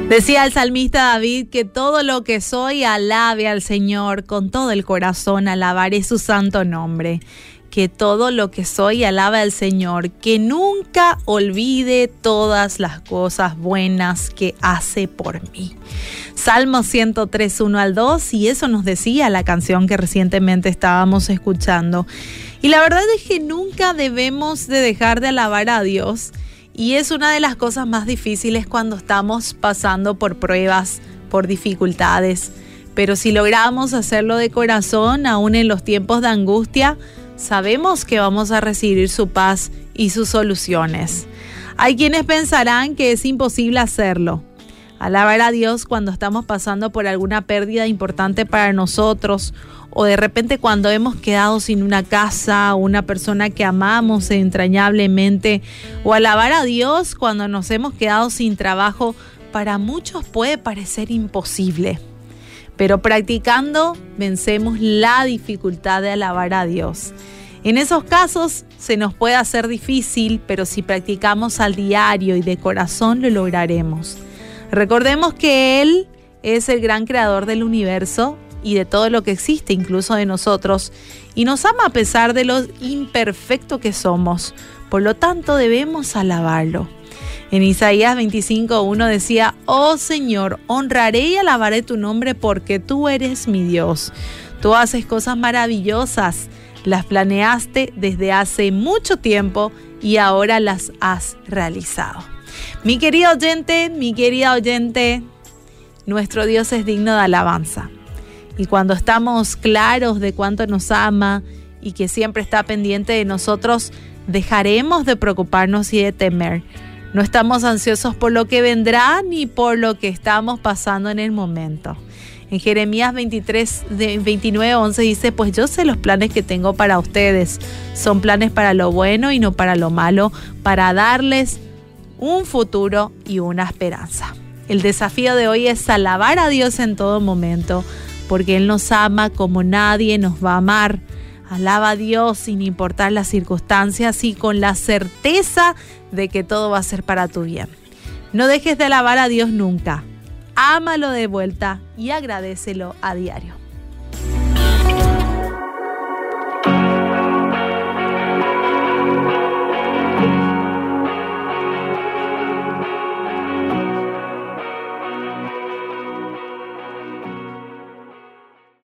Decía el salmista David que todo lo que soy alabe al Señor, con todo el corazón alabaré su santo nombre. Que todo lo que soy alabe al Señor, que nunca olvide todas las cosas buenas que hace por mí. Salmo 103, 1 al 2, y eso nos decía la canción que recientemente estábamos escuchando. Y la verdad es que nunca debemos de dejar de alabar a Dios. Y es una de las cosas más difíciles cuando estamos pasando por pruebas, por dificultades. Pero si logramos hacerlo de corazón, aún en los tiempos de angustia, sabemos que vamos a recibir su paz y sus soluciones. Hay quienes pensarán que es imposible hacerlo. Alabar a Dios cuando estamos pasando por alguna pérdida importante para nosotros, o de repente cuando hemos quedado sin una casa o una persona que amamos entrañablemente, o alabar a Dios cuando nos hemos quedado sin trabajo, para muchos puede parecer imposible. Pero practicando vencemos la dificultad de alabar a Dios. En esos casos se nos puede hacer difícil, pero si practicamos al diario y de corazón lo lograremos. Recordemos que Él es el gran creador del universo y de todo lo que existe, incluso de nosotros, y nos ama a pesar de lo imperfecto que somos. Por lo tanto, debemos alabarlo. En Isaías 25:1 decía: «Oh Señor, honraré y alabaré tu nombre porque tú eres mi Dios. Tú haces cosas maravillosas, las planeaste desde hace mucho tiempo y ahora las has realizado». Mi querido oyente, mi querida oyente, nuestro Dios es digno de alabanza. Y cuando estamos claros de cuánto nos ama y que siempre está pendiente de nosotros, dejaremos de preocuparnos y de temer. No estamos ansiosos por lo que vendrá ni por lo que estamos pasando en el momento. En Jeremías 29:11 dice: «Pues yo sé los planes que tengo para ustedes. Son planes para lo bueno y no para lo malo, para darles un futuro y una esperanza». El desafío de hoy es alabar a Dios en todo momento, porque Él nos ama como nadie nos va a amar. Alaba a Dios sin importar las circunstancias y con la certeza de que todo va a ser para tu bien. No dejes de alabar a Dios nunca. Ámalo de vuelta y agradécelo a diario.